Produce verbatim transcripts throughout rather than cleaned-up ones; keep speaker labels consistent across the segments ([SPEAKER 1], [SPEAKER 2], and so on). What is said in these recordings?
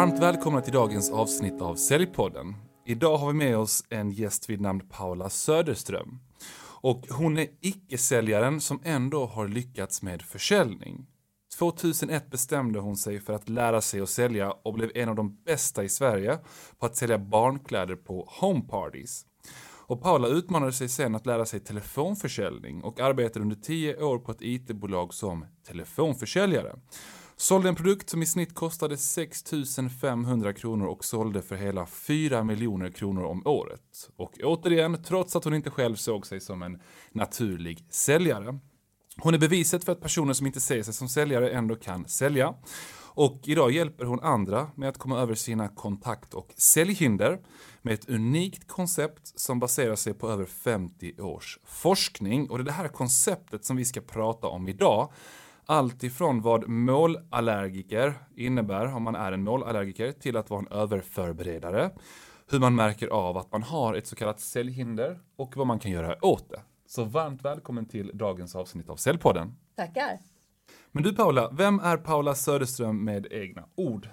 [SPEAKER 1] Varmt välkomna till dagens avsnitt av Säljpodden. Idag har vi med oss en gäst vid namn Paula Söderström. Och hon är icke-säljaren som ändå har lyckats med försäljning. tjugohundraett bestämde hon sig för att lära sig att sälja och blev en av de bästa i Sverige på att sälja barnkläder på home parties. Och Paula utmanade sig sen att lära sig telefonförsäljning och arbetade under tio år på ett I T-bolag som telefonförsäljare. Sålde en produkt som i snitt kostade sex tusen femhundra kronor och sålde för hela fyra miljoner kronor om året. Och återigen, trots att hon inte själv såg sig som en naturlig säljare. Hon är beviset för att personer som inte ser sig som säljare ändå kan sälja. Och idag hjälper hon andra med att komma över sina kontakt- och säljhinder med ett unikt koncept som baserar sig på över femtio års forskning. Och det är det här konceptet som vi ska prata om idag. Allt ifrån vad målallergiker innebär om man är en målallergiker till att vara en överförberedare. Hur man märker av att man har ett så kallat säljhinder och vad man kan göra åt det. Så varmt välkommen till dagens avsnitt av Säljpodden.
[SPEAKER 2] Tackar.
[SPEAKER 1] Men du Paula, vem är Paula Söderström med egna ord?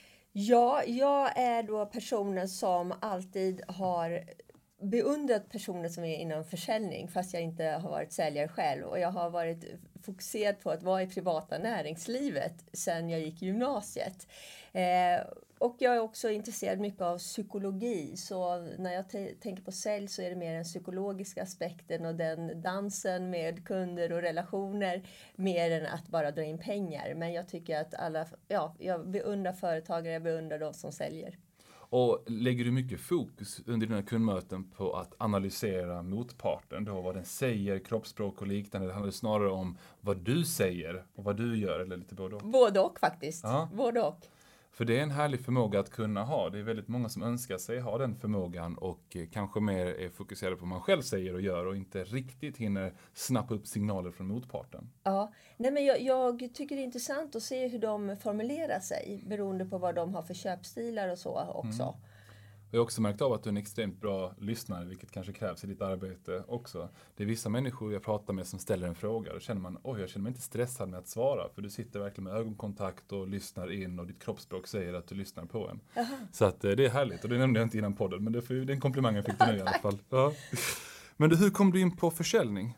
[SPEAKER 2] Ja, jag är då personen som alltid har beundrat personer som är inom försäljning fast jag inte har varit säljare själv. Och jag har varit fokuserad på att vara i privata näringslivet sedan jag gick gymnasiet. Eh, och jag är också intresserad mycket av psykologi. Så när jag t- tänker på sälj så är det mer den psykologiska aspekten och den dansen med kunder och relationer mer än att bara dra in pengar. Men jag tycker att alla, ja, jag beundrar företagare, jag beundrar de som säljer.
[SPEAKER 1] Och lägger du mycket fokus under dina kundmöten på att analysera motparten då, vad den säger, kroppsspråk och liknande? Det handlar snarare om vad du säger och vad du gör, eller lite både och?
[SPEAKER 2] Både och faktiskt,
[SPEAKER 1] ja.
[SPEAKER 2] både och.
[SPEAKER 1] För det är en härlig förmåga att kunna ha. Det är väldigt många som önskar sig ha den förmågan och kanske mer är fokuserade på vad man själv säger och gör och inte riktigt hinner snappa upp signaler från motparten.
[SPEAKER 2] Ja, nej men jag, jag tycker det är intressant att se hur de formulerar sig beroende på vad de har för köpstilar och så också.
[SPEAKER 1] Mm. Jag har också märkt av att du är en extremt bra lyssnare, vilket kanske krävs i ditt arbete också. Det är vissa människor jag pratar med som ställer en fråga. Då känner man, oj, jag känner mig inte stressad med att svara. För du sitter verkligen med ögonkontakt och lyssnar in och ditt kroppsspråk säger att du lyssnar på en. Aha. Så att det är härligt. Och det nämnde jag inte innan podden, men det är den komplimangen fick du nu i alla fall. Ja. Men du, hur kom du in på försäljning?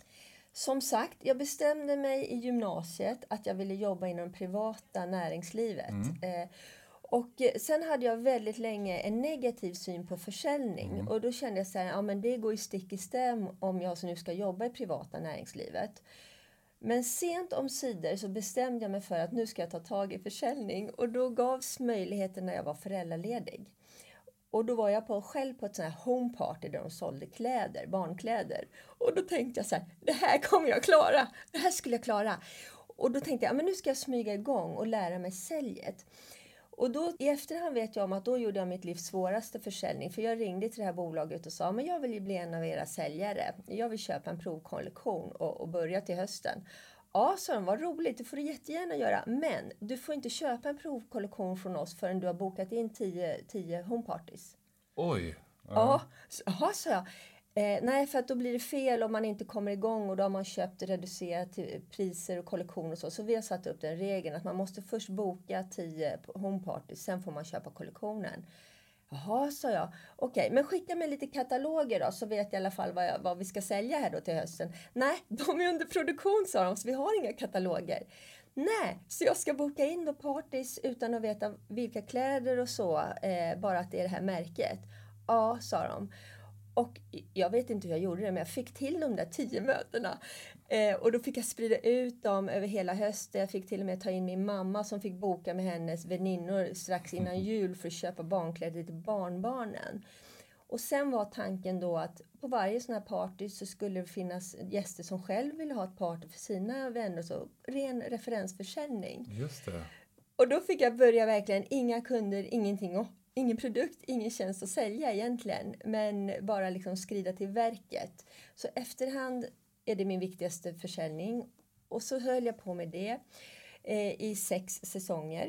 [SPEAKER 2] Som sagt, jag bestämde mig i gymnasiet att jag ville jobba inom privata näringslivet. Mm. Eh, Och sen hade jag väldigt länge en negativ syn på försäljning. Mm. Och då kände jag så här, ja men det går ju stick i stäm om jag så nu ska jobba i privata näringslivet. Men sent om sidor så bestämde jag mig för att nu ska jag ta tag i försäljning. Och då gavs möjligheten när jag var föräldraledig. Och då var jag på, själv på ett sånt här home party där de sålde kläder, barnkläder. Och då tänkte jag så här, det här kommer jag klara. Det här skulle jag klara. Och då tänkte jag, ja men nu ska jag smyga igång och lära mig säljet. Och då i efterhand vet jag om att då gjorde jag mitt livs svåraste försäljning. För jag ringde till det här bolaget och sa, men jag vill ju bli en av era säljare. Jag vill köpa en provkollektion och, och börja till hösten. Ja, sa de, vad roligt, det får du jättegärna göra. Men du får inte köpa en provkollektion från oss förrän du har bokat in tio, tio homeparties.
[SPEAKER 1] Oj.
[SPEAKER 2] Ja, ja sa jag. Eh, nej, för att då blir det fel om man inte kommer igång och då har man köpt reducerat priser och kollektioner och så. Så vi har satt upp den regeln att man måste först boka tio homeparties, sen får man köpa kollektionen. Jaha, sa jag. Okej, men skicka mig lite kataloger då så vet jag i alla fall vad, jag, vad vi ska sälja här då till hösten. Nej, de är under produktion, sa de, så vi har inga kataloger. Nej, så jag ska boka in då parties utan att veta vilka kläder och så, eh, bara att det är det här märket. Ja, sa de. Och jag vet inte hur jag gjorde det, men jag fick till de där tio mötena. Eh, och då fick jag sprida ut dem över hela hösten. Jag fick till och med ta in min mamma som fick boka med hennes väninnor strax innan jul för att köpa barnkläder till barnbarnen. Och sen var tanken då att på varje sån här party så skulle det finnas gäster som själv ville ha ett party för sina vänner. Så ren referensförsäljning.
[SPEAKER 1] Just det.
[SPEAKER 2] Och då fick jag börja verkligen, inga kunder, ingenting och ingen produkt, ingen tjänst att sälja egentligen, men bara liksom skrida till verket. Så efterhand är det min viktigaste försäljning. Och så höll jag på med det eh, i sex säsonger.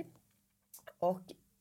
[SPEAKER 2] Och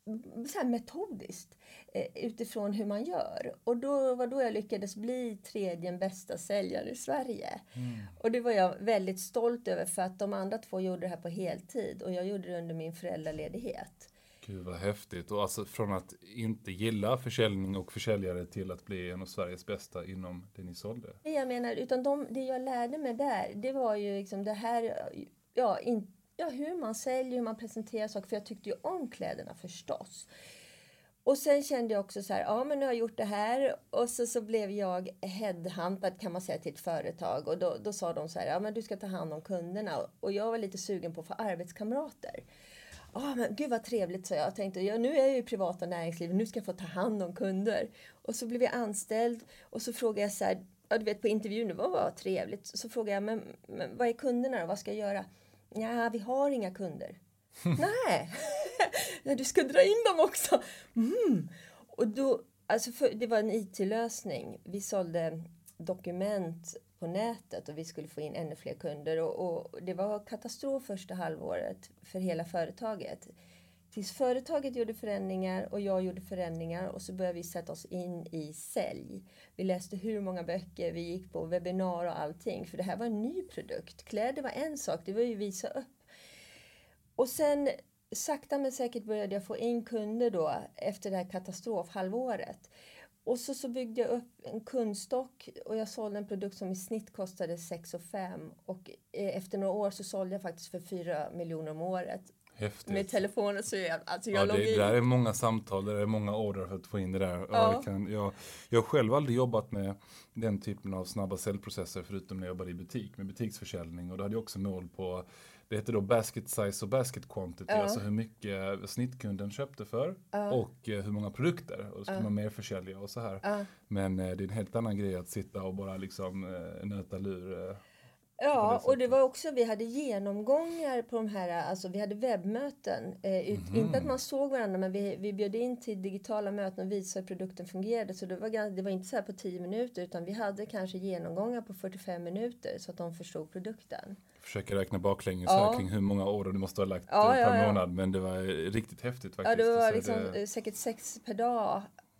[SPEAKER 2] så här metodiskt eh, utifrån hur man gör. Och då var då jag lyckades bli tredje bästa säljare i Sverige. Mm. Och det var jag väldigt stolt över för att de andra två gjorde det här på heltid. Och jag gjorde det under min föräldraledighet.
[SPEAKER 1] Gud vad häftigt. Och alltså från att inte gilla försäljning och försäljare till att bli en av Sveriges bästa inom det ni sålde.
[SPEAKER 2] Jag menar, utan de, det jag lärde mig där, det var ju liksom det här, ja, in, ja hur man säljer, hur man presenterar saker. För jag tyckte ju om kläderna förstås. Och sen kände jag också så här, ja men nu har jag gjort det här. Och så, så blev jag headhuntad kan man säga till ett företag. Och då, då sa de så här, ja men du ska ta hand om kunderna. Och jag var lite sugen på att få arbetskamrater. Ja ah, men gud vad trevligt, så jag. Jag tänkte, ja, nu är jag ju i privata näringslivet, nu ska jag få ta hand om kunder. Och så blev jag anställd och så frågade jag så här, ja, du vet på intervjun, det var, var trevligt. Så frågade jag, men, men vad är kunderna då? Vad ska jag göra? Ja, vi har inga kunder. Nej, du ska dra in dem också. Mm. Och då, alltså för, det var en I T-lösning. Vi sålde dokument på nätet och vi skulle få in ännu fler kunder. Och, och det var katastrof första halvåret för hela företaget. Tills företaget gjorde förändringar och jag gjorde förändringar och så började vi sätta oss in i sälj. Vi läste hur många böcker, vi gick på webbinar och allting. För det här var en ny produkt. Kläder var en sak, det var ju visa upp. Och sen sakta men säkert började jag få in kunder då efter det här katastrofhalvåret. Och så, så byggde jag upp en kundstock och jag sålde en produkt som i snitt kostade sex och fem. Och efter några år så sålde jag faktiskt för fyra miljoner om året.
[SPEAKER 1] Häftigt.
[SPEAKER 2] Med telefonen så jag, alltså jag
[SPEAKER 1] ja,
[SPEAKER 2] låg
[SPEAKER 1] det,
[SPEAKER 2] i.
[SPEAKER 1] det där är många samtal, det är många order för att få in det där. Ja.
[SPEAKER 2] Ja.
[SPEAKER 1] Jag, kan, jag, jag har själv aldrig jobbat med den typen av snabba säljprocesser förutom när jag jobbade i butik med butiksförsäljning. Och då hade jag också mål på, det heter då basket size och basket quantity.
[SPEAKER 2] Ja.
[SPEAKER 1] Alltså hur mycket snittkunden köpte för
[SPEAKER 2] Ja.
[SPEAKER 1] och eh, hur många produkter. Och då skulle
[SPEAKER 2] Ja.
[SPEAKER 1] man mer försälja och så här.
[SPEAKER 2] Ja.
[SPEAKER 1] Men eh, det är en helt annan grej att sitta och bara liksom eh, nöta lur. Eh,
[SPEAKER 2] Ja, och det var också, vi hade genomgångar på de här, alltså vi hade webbmöten. Eh, ut,
[SPEAKER 1] Mhm.
[SPEAKER 2] Inte att man såg varandra, men vi, vi bjöd in till digitala möten och visade hur produkten fungerade. Så det var, gans- det var inte så här på tio minuter, utan vi hade kanske genomgångar på fyrtiofem minuter så att de förstod produkten.
[SPEAKER 1] Försöker räkna baklänges
[SPEAKER 2] Ja.
[SPEAKER 1] här kring hur många order du måste ha lagt
[SPEAKER 2] Ja,
[SPEAKER 1] eh,
[SPEAKER 2] ja,
[SPEAKER 1] per
[SPEAKER 2] ja.
[SPEAKER 1] månad. Men det var riktigt häftigt faktiskt.
[SPEAKER 2] Ja, det var
[SPEAKER 1] Så
[SPEAKER 2] liksom
[SPEAKER 1] det-
[SPEAKER 2] eh, säkert sex per dag.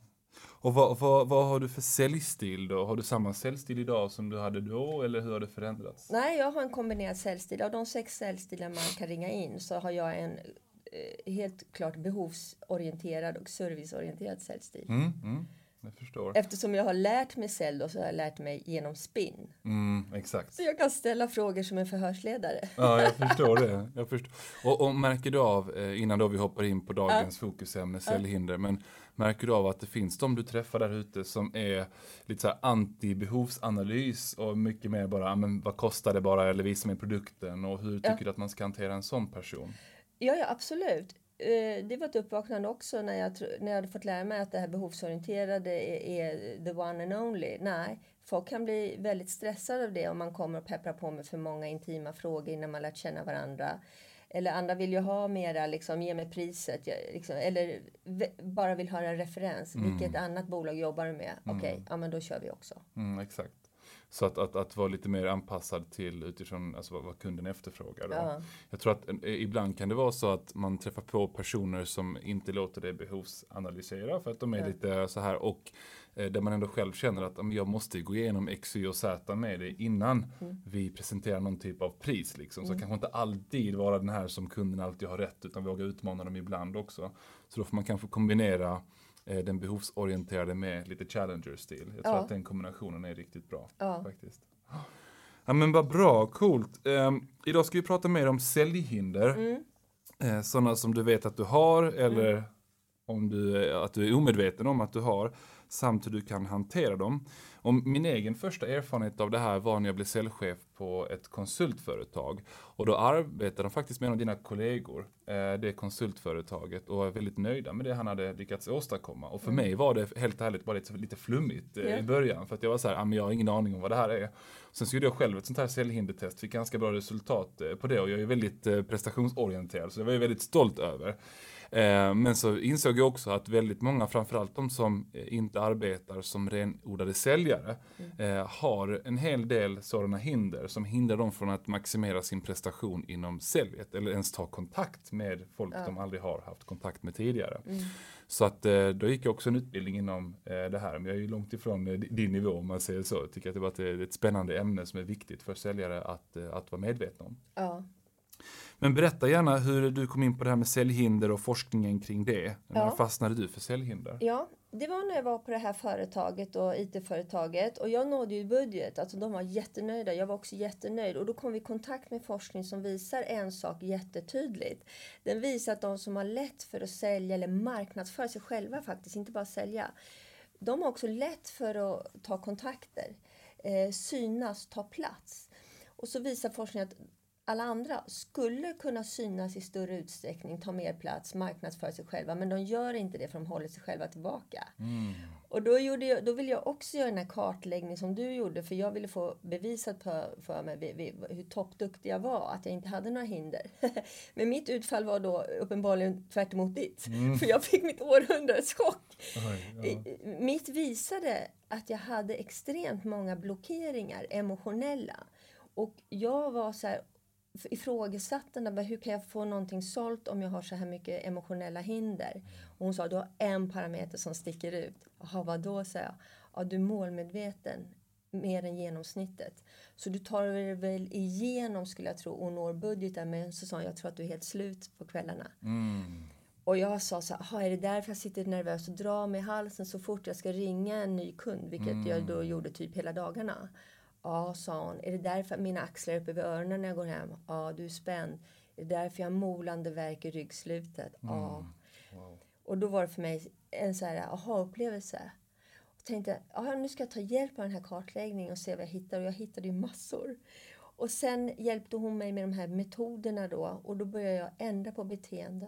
[SPEAKER 1] Och vad, vad, vad har du för säljstil då? Har du samma säljstil idag som du hade då eller hur har det förändrats?
[SPEAKER 2] Nej, jag har en kombinerad säljstil. Av de sex säljstilar man kan ringa in så har jag en eh, helt klart behovsorienterad och serviceorienterad säljstil.
[SPEAKER 1] Mm, mm, jag förstår.
[SPEAKER 2] Eftersom jag har lärt mig sälj då, så har jag lärt mig genom spinn.
[SPEAKER 1] Mm, exakt.
[SPEAKER 2] Så jag kan ställa frågor som en förhörsledare.
[SPEAKER 1] Ja, jag förstår det. Jag förstår. Och, och märker du av, eh, innan då vi hoppar in på dagens fokusämne, säljhinder, men märker du av att det finns de du träffar där ute som är lite så här anti-behovsanalys och mycket mer bara, ah, men vad kostar det bara eller visa mig produkten och hur tycker
[SPEAKER 2] Ja.
[SPEAKER 1] du att man ska hantera en sån person?
[SPEAKER 2] Ja, ja, absolut. Eh, Det var ett uppvaknande också när jag, tro- när jag hade fått lära mig att det här behovsorienterade är, är the one and only. Nej, folk kan bli väldigt stressade av det om man kommer och pepprar på med för många intima frågor innan man lärt känna varandra. Eller andra vill ju ha mera, liksom, ge mig priset. Jag, liksom, eller v- bara vill ha en referens. Vilket annat bolag jobbar du med? Okej, ja men då kör vi också.
[SPEAKER 1] Mm, exakt. Så att, att, att vara lite mer anpassad till utifrån alltså vad, vad kunden efterfrågar. Då.
[SPEAKER 2] Ja.
[SPEAKER 1] Jag tror att eh, ibland kan det vara så att man träffar på personer som inte låter det behovsanalysera för att de är
[SPEAKER 2] Ja.
[SPEAKER 1] lite så här och eh, där man ändå själv känner att "Ja, men jag måste gå igenom X, Y och Z med det innan
[SPEAKER 2] Mm.
[SPEAKER 1] vi presenterar någon typ av pris. Liksom. Så kanske inte alltid vara den här som kunden alltid har rätt utan våga utmana dem ibland också. Så då får man kanske kombinera eh, den behovsorienterade med lite challenger-stil. Jag tror
[SPEAKER 2] Ja.
[SPEAKER 1] att den kombinationen är riktigt bra.
[SPEAKER 2] Ja.
[SPEAKER 1] Faktiskt. Ja men vad bra, coolt. Um, idag ska vi prata mer om säljhinder.
[SPEAKER 2] Mm.
[SPEAKER 1] Eh, sådana som du vet att du har eller om du, att du är omedveten om att du har. Samt hur du kan hantera dem. Och min egen första erfarenhet av det här var när jag blev säljchef på ett konsultföretag. Och då arbetade de faktiskt med en av dina kollegor, eh, det konsultföretaget, och var väldigt nöjda med det han hade lyckats åstadkomma. Och för
[SPEAKER 2] Mm.
[SPEAKER 1] mig var det helt ärligt bara lite, lite flummigt eh,
[SPEAKER 2] Ja.
[SPEAKER 1] i början. För att jag var så här, ah, men jag har ingen aning om vad det här är. Sen så gjorde jag själv ett sånt här säljhindertest, fick ganska bra resultat eh, på det. Och jag är väldigt eh, prestationsorienterad, så det var jag väldigt stolt över. Eh, men så insåg jag också att väldigt många, framförallt de som eh, inte arbetar som renodlade säljare, eh, har en hel del sådana hinder som hindrar dem från att maximera sin prestation inom säljet eller ens ta kontakt med folk
[SPEAKER 2] Ja.
[SPEAKER 1] de aldrig har haft kontakt med tidigare.
[SPEAKER 2] Mm.
[SPEAKER 1] Så att eh, då gick jag också en utbildning inom eh, det här, men jag är ju långt ifrån eh, din nivå om man säger så. Jag tycker att det var ett, ett spännande ämne som är viktigt för säljare att, eh, att vara medvetna om.
[SPEAKER 2] Ja.
[SPEAKER 1] Men berätta gärna hur du kom in på det här med säljhinder och forskningen kring det. Ja. När fastnade du för säljhinder?
[SPEAKER 2] Ja, det var när jag var på det här företaget och I T-företaget. Och jag nådde ju budget. Alltså de var jättenöjda. Jag var också jättenöjd. Och då kom vi i kontakt med forskning som visar en sak jättetydligt. Den visar att de som har lätt för att sälja eller marknadsföra sig själva faktiskt, inte bara sälja. De har också lätt för att ta kontakter, eh, synas, ta plats. Och så visar forskningen att alla andra skulle kunna synas i större utsträckning, ta mer plats, marknadsföra sig själva. Men de gör inte det för de håller sig själva tillbaka. Mm. Och då, gjorde jag, då ville jag också göra den här kartläggningen som du gjorde. För jag ville få bevisat för, för mig hur toppduktig jag var. Att jag inte hade några hinder. Men mitt utfall var då uppenbarligen tvärt emot ditt. Mm. För jag fick mitt århundrades chock. Oj, ja. Mitt visade att jag hade extremt många blockeringar, emotionella. Och jag var så här... ifrågasatte hur kan jag få någonting sålt om jag har så här mycket emotionella hinder. Och hon sa, du har en parameter som sticker ut. Jaha, vad då, sa jag. Ja, du är målmedveten mer än genomsnittet. Så du tar det väl igenom, skulle jag tro, och når budgeten. Men så sa hon, jag tror att du är helt slut på kvällarna. Mm. Och jag sa så här, är det därför jag sitter nervös och drar mig i halsen så fort jag ska ringa en ny kund. Vilket mm. jag då gjorde typ hela dagarna. Ja, sa hon. Är det därför mina axlar är uppe vid öronen när jag går hem? Ja, du är spänd. Är det därför jag har molande värk i ryggslutet? Ja. Mm. Wow. Och då var det för mig en så här aha-upplevelse. Och tänkte, ja, nu ska jag ta hjälp av den här kartläggningen och se vad jag hittar. Och jag hittade ju massor. Och sen hjälpte hon mig med de här metoderna då. Och då började jag ändra på beteende.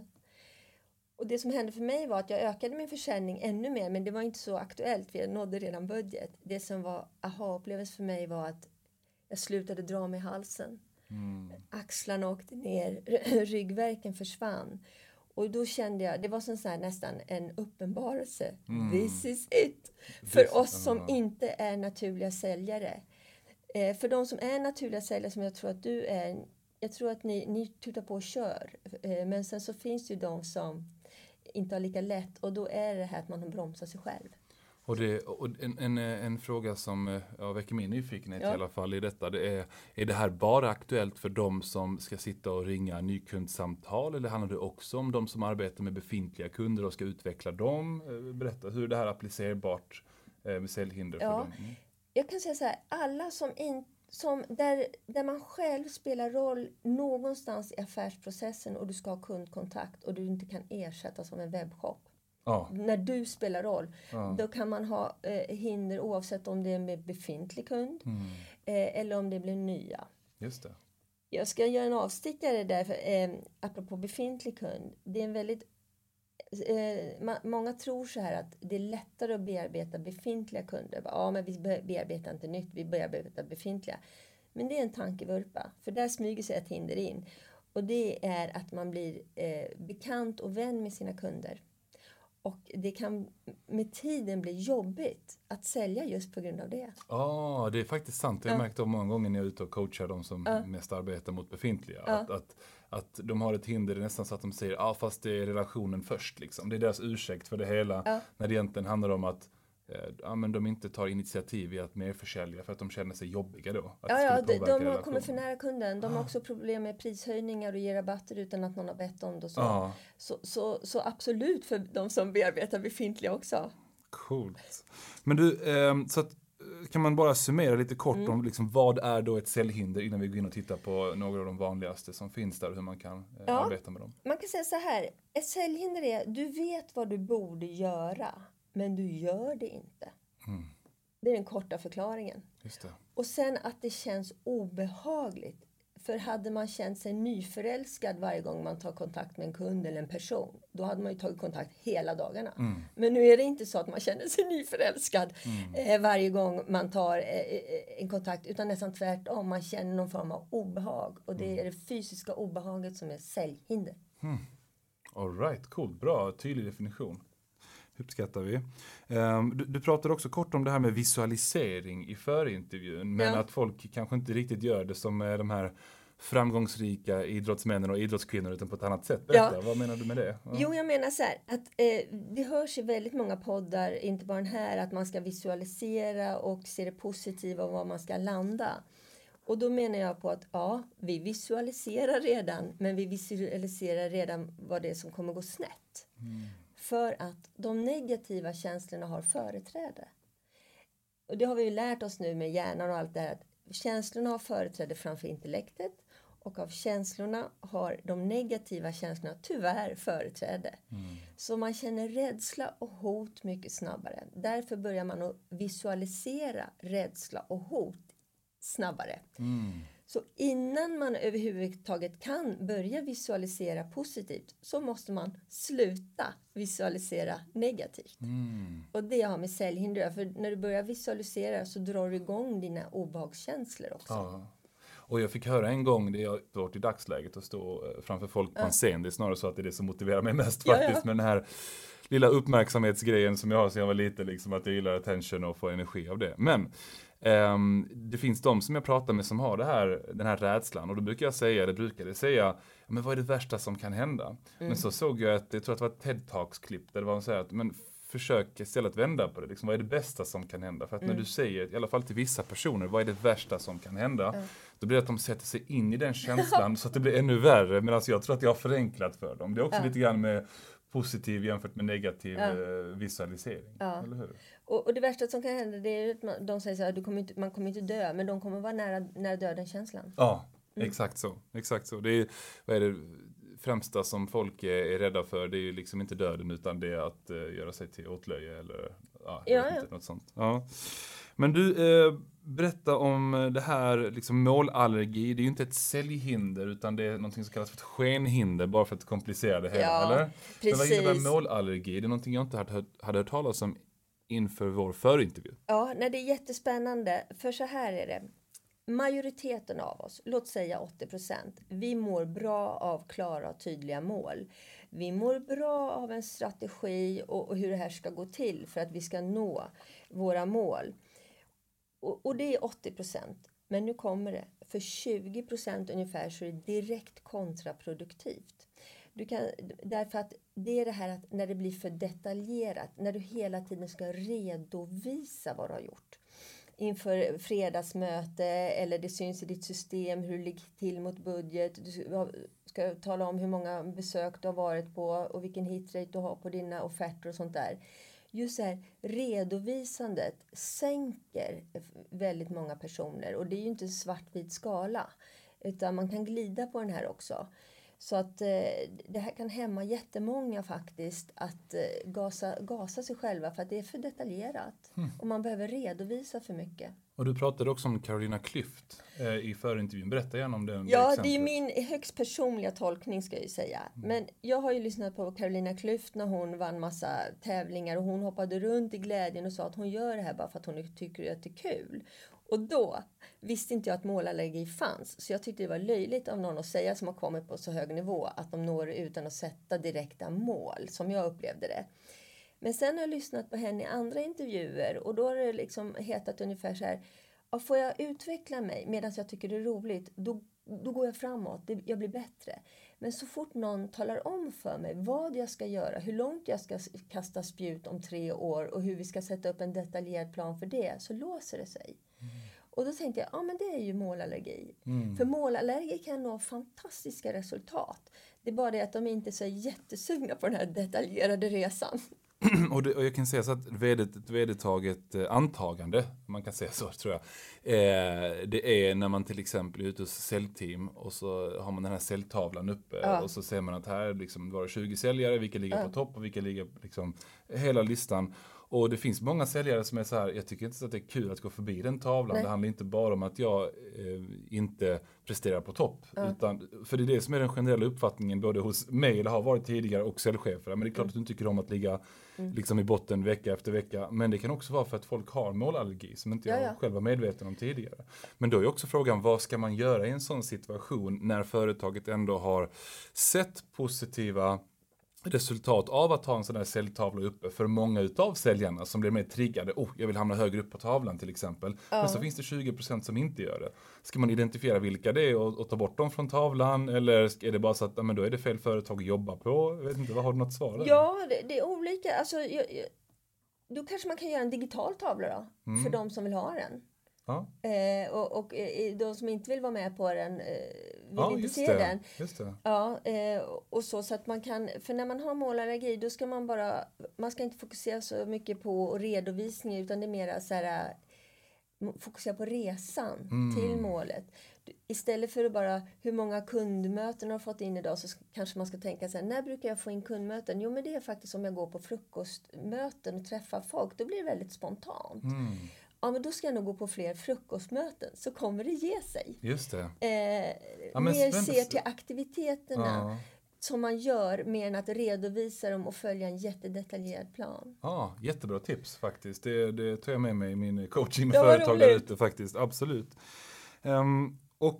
[SPEAKER 2] Och det som hände för mig var att jag ökade min försäljning ännu mer. Men det var inte så aktuellt, för jag nådde redan budget. Det som var aha-upplevelse för mig var att jag slutade dra mig i halsen. Mm. Axlarna åkte ner, ryggvärken försvann. Och då kände jag, det var som så här, nästan en uppenbarelse. Mm. This is it! This, för oss som uh. inte är naturliga säljare. Eh, för de som är naturliga säljare, som jag tror att du är. Jag tror att ni, ni tutar på och kör. Eh, men sen så finns det ju de som inte har lika lätt. Och då är det här att man bromsar sig själv.
[SPEAKER 1] Och, det, och en, en, en fråga som ja, väcker min nyfikenhet ja. i alla fall i detta. Det är, är det här bara aktuellt för de som ska sitta och ringa nykundsamtal? Eller handlar det också om de som arbetar med befintliga kunder och ska utveckla dem? Berätta hur det här är applicerbart med säljhinder
[SPEAKER 2] ja.
[SPEAKER 1] för dem. Mm.
[SPEAKER 2] Jag kan säga så här. Alla som inte Som där, där man själv spelar roll någonstans i affärsprocessen och du ska ha kundkontakt och du inte kan ersätta som en webbshop. Ja. När du spelar roll, ja. då kan man ha eh, hinder oavsett om det är med befintlig kund mm. eh, eller om det blir nya.
[SPEAKER 1] Just det.
[SPEAKER 2] Jag ska göra en avstickare där, för, eh, apropå befintlig kund. Det är en väldigt Eh, ma- många tror så här att det är lättare att bearbeta befintliga kunder. Ja, men vi bearbetar inte nytt, vi bearbetar befintliga. Men det är en tankevurpa, för där smyger sig ett hinder in. Och det är att man blir eh, bekant och vän med sina kunder. Och det kan med tiden bli jobbigt att sälja just på grund av det.
[SPEAKER 1] Ja, ah, det är faktiskt sant. Jag har ja. märkt av många gånger när jag är ute och coachar de som ja. mest arbetar mot befintliga. Ja. Att, att, att de har ett hinder, det är nästan så att de säger ja ah, fast det är relationen först. Liksom. Det är deras ursäkt för det hela. Ja. När det egentligen handlar om att eh, ja, men de inte tar initiativ i att mer försälja för att de känner sig jobbiga då. Att
[SPEAKER 2] ja, ja de, de har kommit för nära kunden. De ah. har också problem med prishöjningar och ger rabatter utan att någon har bett om det. Så, ah. så, så, så absolut för de som bearbetar befintliga också.
[SPEAKER 1] Coolt. Men du, eh, så att, kan man bara summera lite kort mm. om liksom, vad är då ett säljhinder innan vi går in och tittar på några av de vanligaste som finns där och hur man kan eh, ja. arbeta med dem.
[SPEAKER 2] Man kan säga så här, ett säljhinder är du vet vad du borde göra men du gör det inte. Mm. Det är den korta förklaringen.
[SPEAKER 1] Just det.
[SPEAKER 2] Och sen att det känns obehagligt. För hade man känt sig nyförälskad varje gång man tar kontakt med en kund eller en person, då hade man ju tagit kontakt hela dagarna. Mm. Men nu är det inte så att man känner sig nyförälskad mm. eh, varje gång man tar eh, en kontakt, utan nästan tvärtom. Man känner någon form av obehag. Och det är det fysiska obehaget som är säljhinder.
[SPEAKER 1] Mm. All right, cool. Bra, tydlig definition. Uppskattar vi. Um, du, du pratade också kort om det här med visualisering i förintervjun. Men ja. att folk kanske inte riktigt gör det som de här framgångsrika idrottsmännen och idrottskvinnor utan på ett annat sätt. Berätta, ja. vad menar du med det? Ja.
[SPEAKER 2] Jo, jag menar så här att eh, det hörs i väldigt många poddar, inte bara den här, att man ska visualisera och se det positiva och var man ska landa. Och då menar jag på att ja, vi visualiserar redan, men vi visualiserar redan vad det är som kommer gå snett. Mm. För att de negativa känslorna har företräde. Och det har vi ju lärt oss nu med hjärnan och allt det här. Att känslorna har företräde framför intellektet. Och av känslorna har de negativa känslorna tyvärr företräde. Mm. Så man känner rädsla och hot mycket snabbare. Därför börjar man att visualisera rädsla och hot snabbare. Mm. Så innan man överhuvudtaget kan börja visualisera positivt så måste man sluta visualisera negativt. Mm. Och det har med säljhinder. För när du börjar visualisera så drar du igång dina obehagskänslor också.
[SPEAKER 1] Ja. Och jag fick höra en gång, det har varit i dagsläget att stå framför folk på en scen. Det är snarare så att det är det som motiverar mig mest faktiskt. Ja, ja. Med den här lilla uppmärksamhetsgrejen som jag har sedan jag var liten. Liksom, att jag gillar attention och får energi av det. Men um, det finns de som jag pratar med som har det här, den här rädslan. Och då brukar jag säga, eller brukade säga, men vad är det värsta som kan hända? Mm. Men så såg jag att, jag tror att det var ett TED-talks-klipp där det var en så här att, men försök istället vända på det. Liksom, vad är det bästa som kan hända? För att mm. när du säger, i alla fall till vissa personer, vad är det värsta som kan hända? Mm. Då blir det att de sätter sig in i den känslan så att det blir ännu värre. Men alltså jag tror att jag har förenklat för dem. Det är också mm. lite grann med positiv jämfört med negativ mm. visualisering.
[SPEAKER 2] Ja.
[SPEAKER 1] Eller hur?
[SPEAKER 2] Och, och det värsta som kan hända det är att man, de säger så här, du kommer inte, man kommer inte dö, men de kommer vara nära, nära döden-känslan.
[SPEAKER 1] Ja, mm. exakt så. Exakt så. Det är, vad är det främsta som folk är, är rädda för, det är ju liksom inte döden utan det är att uh, göra sig till åtlöje eller ja, jag
[SPEAKER 2] ja,
[SPEAKER 1] vet
[SPEAKER 2] ja.
[SPEAKER 1] inte, något sånt. Ja. Men du, eh, berätta om det här liksom målallergi. Det är ju inte ett säljhinder utan det är någonting som kallas för ett skenhinder bara för att komplicera det hela,
[SPEAKER 2] ja,
[SPEAKER 1] eller?
[SPEAKER 2] Precis.
[SPEAKER 1] Men vad innebär målallergi? Det är någonting jag inte hade hört, hade hört talas om inför vår förintervju.
[SPEAKER 2] Ja, nej, det är jättespännande. För så här är det. Majoriteten av oss, låt säga åttio procent, vi mår bra av klara och tydliga mål. Vi mår bra av en strategi och, och hur det här ska gå till för att vi ska nå våra mål. Och, och det är åttio procent. Men nu kommer det. För tjugo procent ungefär så är det direkt kontraproduktivt. Du kan, därför att det är det här att när det blir för detaljerat, när du hela tiden ska redovisa vad du har gjort. Inför fredagsmöte eller det syns i ditt system hur du ligger till mot budget. Du ska tala om hur många besök du har varit på och vilken hitrate du har på dina offerter och sånt där. Just det här redovisandet sänker väldigt många personer och det är ju inte en svartvit skala utan man kan glida på den här också. Så att eh, det här kan hämma jättemånga faktiskt att eh, gasa, gasa sig själva för att det är för detaljerat. Mm. Och man behöver redovisa för mycket.
[SPEAKER 1] Och du pratade också om Carolina Klüft eh, i förintervjun. Berätta gärna om det.
[SPEAKER 2] Ja, det, det är min högst personliga tolkning ska jag ju säga. Mm. Men jag har ju lyssnat på Carolina Klüft när hon vann massa tävlingar. Och hon hoppade runt i glädjen och sa att hon gör det här bara för att hon tycker att det är kul. Och då visste inte jag att målallergi fanns. Så jag tyckte det var löjligt av någon att säga som har kommit på så hög nivå att de når utan att sätta direkta mål som jag upplevde det. Men sen har jag lyssnat på henne i andra intervjuer och då har det liksom hetat ungefär så här. Ja, får jag utveckla mig medan jag tycker det är roligt, då, då går jag framåt, det, jag blir bättre. Men så fort någon talar om för mig vad jag ska göra, hur långt jag ska kasta spjut om tre år och hur vi ska sätta upp en detaljerad plan för det, så låser det sig. Mm. Och då tänkte jag, ja men det är ju målallergi. Mm. För målallergi kan nå fantastiska resultat. Det är bara det att de inte är så jättesugna på den här detaljerade resan.
[SPEAKER 1] Och, det, och jag kan säga så att ett vedertaget eh, antagande, man kan säga så tror jag, eh, det är när man till exempel är ute hos säljteam och så har man den här säljtavlan uppe ja. Och så ser man att här liksom, var det tjugo säljare, vilka ligger ja. På topp och vilka ligger liksom hela listan. Och det finns många säljare som är så här, jag tycker inte att det är kul att gå förbi den tavlan. Nej. Det handlar inte bara om att jag eh, inte presterar på topp. Ja. Utan, för det är det som är den generella uppfattningen både hos mig, eller har varit tidigare, och säljchefer. Men det är klart mm. att du inte tycker om att ligga mm. liksom i botten vecka efter vecka. Men det kan också vara för att folk har målallergi som inte jag ja, ja. själv var medveten om tidigare. Men då är också frågan, vad ska man göra i en sån situation när företaget ändå har sett positiva resultat av att ha en sån här säljtavla uppe för många utav säljarna som blir mer triggade. Oh, jag vill hamna högre upp på tavlan till exempel. Ja. Men så finns det tjugo procent som inte gör det. Ska man identifiera vilka det är och, och ta bort dem från tavlan? Eller är det bara så att ja, men då är det fel företag att jobba på? Jag vet inte, vad har du något svar där?
[SPEAKER 2] Ja, det, det är olika. Alltså, jag, jag, då kanske man kan göra en digital tavla då. Mm. För de som vill ha den.
[SPEAKER 1] Ja.
[SPEAKER 2] Eh, och, och eh, de som inte vill vara med på den eh, vill
[SPEAKER 1] Ja,
[SPEAKER 2] inte
[SPEAKER 1] just
[SPEAKER 2] se
[SPEAKER 1] det.
[SPEAKER 2] den.
[SPEAKER 1] Just det.
[SPEAKER 2] Ja, eh, och så, så att man kan, för när man har målarallergi då ska man bara, man ska inte fokusera så mycket på redovisning utan det är mer så här, fokusera på resan
[SPEAKER 1] Mm.
[SPEAKER 2] till målet. Istället för att bara hur många kundmöten har fått in idag, så kanske man ska tänka så här, när brukar jag få in kundmöten? Jo, men det är faktiskt om jag går på frukostmöten och träffar folk, då blir det väldigt spontant.
[SPEAKER 1] Mm.
[SPEAKER 2] Ja, men då ska jag nog gå på fler frukostmöten, så kommer det ge sig.
[SPEAKER 1] Just det.
[SPEAKER 2] Eh,
[SPEAKER 1] Ja, men
[SPEAKER 2] mer
[SPEAKER 1] spänn-
[SPEAKER 2] ser till aktiviteterna
[SPEAKER 1] Ja.
[SPEAKER 2] som man gör, mer än att redovisa dem och följa en jättedetaljerad plan.
[SPEAKER 1] Ja, jättebra tips faktiskt. Det, det tar jag med mig i min coaching med
[SPEAKER 2] Ja, vad
[SPEAKER 1] företag där
[SPEAKER 2] roligt.
[SPEAKER 1] ute faktiskt. Absolut. Um, och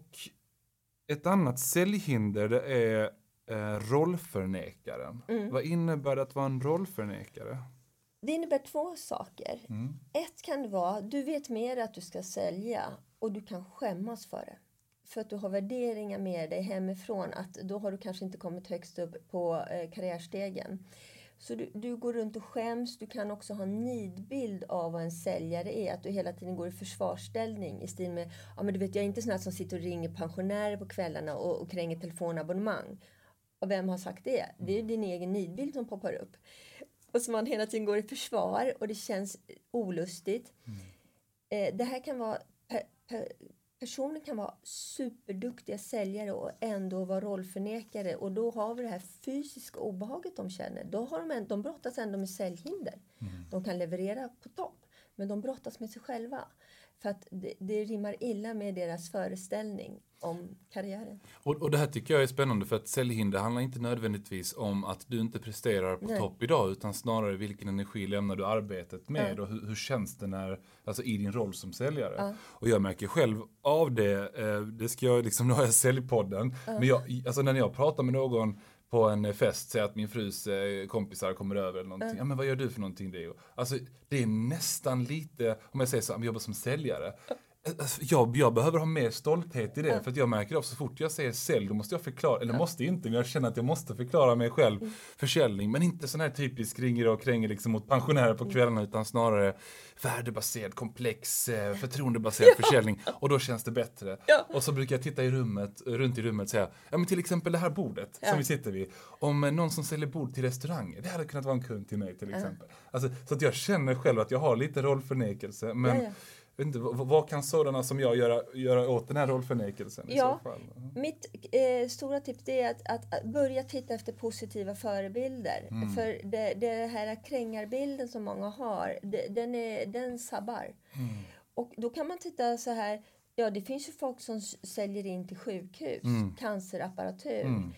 [SPEAKER 1] ett annat säljhinder, det är eh, rollförnekaren.
[SPEAKER 2] Mm.
[SPEAKER 1] Vad innebär det att vara en rollförnekare?
[SPEAKER 2] Det innebär två saker.
[SPEAKER 1] Mm.
[SPEAKER 2] Ett kan det vara, du vet mer att du ska sälja och du kan skämmas för det. För att du har värderingar med dig hemifrån, att då har du kanske inte kommit högst upp på eh, karriärstegen. Så du, du går runt och skäms. Du kan också ha en nidbild av vad en säljare är. Att du hela tiden går i försvarsställning i stil med, ja men du vet, jag är inte sån här som sitter och ringer pensionärer på kvällarna och, och kränger telefonabonnemang. Och vem har sagt det? Det är ju din egen nidbild som poppar upp. Och så man hela tiden går i försvar och det känns olustigt.
[SPEAKER 1] Mm.
[SPEAKER 2] Eh, det här kan vara... Per, per, personer kan vara superduktiga säljare och ändå vara rollförnekare. Och då har vi det här fysiska obehaget de känner. Då har de, de brottas ändå med säljhinder.
[SPEAKER 1] Mm.
[SPEAKER 2] De kan leverera på topp. Men de brottas med sig själva. För att det, det rimmar illa med deras föreställning om karriären.
[SPEAKER 1] Och, och det här tycker jag är spännande, för att säljhinder handlar inte nödvändigtvis om att du inte presterar på
[SPEAKER 2] Nej.
[SPEAKER 1] topp idag, utan snarare vilken energi lämnar du arbetet med
[SPEAKER 2] Ja.
[SPEAKER 1] och hur, hur känns det när, alltså i din roll som säljare.
[SPEAKER 2] Ja.
[SPEAKER 1] Och jag märker själv av det, eh, det ska jag liksom, nu har jag säljpodden,
[SPEAKER 2] Ja.
[SPEAKER 1] men jag, alltså när jag pratar med någon på en fest, säger att min frus eh, kompisar kommer över eller någonting.
[SPEAKER 2] Ja.
[SPEAKER 1] Ja, men vad gör du för någonting, Deo? Alltså det är nästan lite, om jag säger så, jag jobbar som säljare. Alltså, jag, jag behöver ha mer stolthet i det,
[SPEAKER 2] Ja.
[SPEAKER 1] för att jag märker av så fort jag säger sälj, då måste jag förklara, eller måste inte, men jag känner att jag måste förklara mig själv.
[SPEAKER 2] Mm.
[SPEAKER 1] Försäljning, men inte sån här typisk ringer och kränger liksom mot pensionärer på kvällarna, utan snarare värdebaserad, komplex, eh, förtroendebaserad
[SPEAKER 2] Ja.
[SPEAKER 1] försäljning. Och då känns det bättre.
[SPEAKER 2] Ja.
[SPEAKER 1] Och så brukar jag titta i rummet, runt i rummet och säga, ja men till exempel det här bordet
[SPEAKER 2] Ja.
[SPEAKER 1] som vi sitter vid. Om eh, någon som säljer bord till restauranger, det hade kunnat vara en kund till mig till exempel. Alltså, så att jag känner själv att jag har lite rollförnekelse, men
[SPEAKER 2] Ja, ja.
[SPEAKER 1] jag vet inte, vad, vad kan sådana som jag göra, göra åt den här rollförnekelsen i
[SPEAKER 2] Ja.
[SPEAKER 1] så fall?
[SPEAKER 2] Mitt eh, stora tips det är att, att, att börja titta efter positiva förebilder.
[SPEAKER 1] Mm.
[SPEAKER 2] För det, det här krängarbilden som många har, det, den, är, den sabbar.
[SPEAKER 1] Mm.
[SPEAKER 2] Och då kan man titta så här, ja det finns ju folk som s- säljer in till sjukhus,
[SPEAKER 1] Mm.
[SPEAKER 2] cancerapparatur,
[SPEAKER 1] Mm.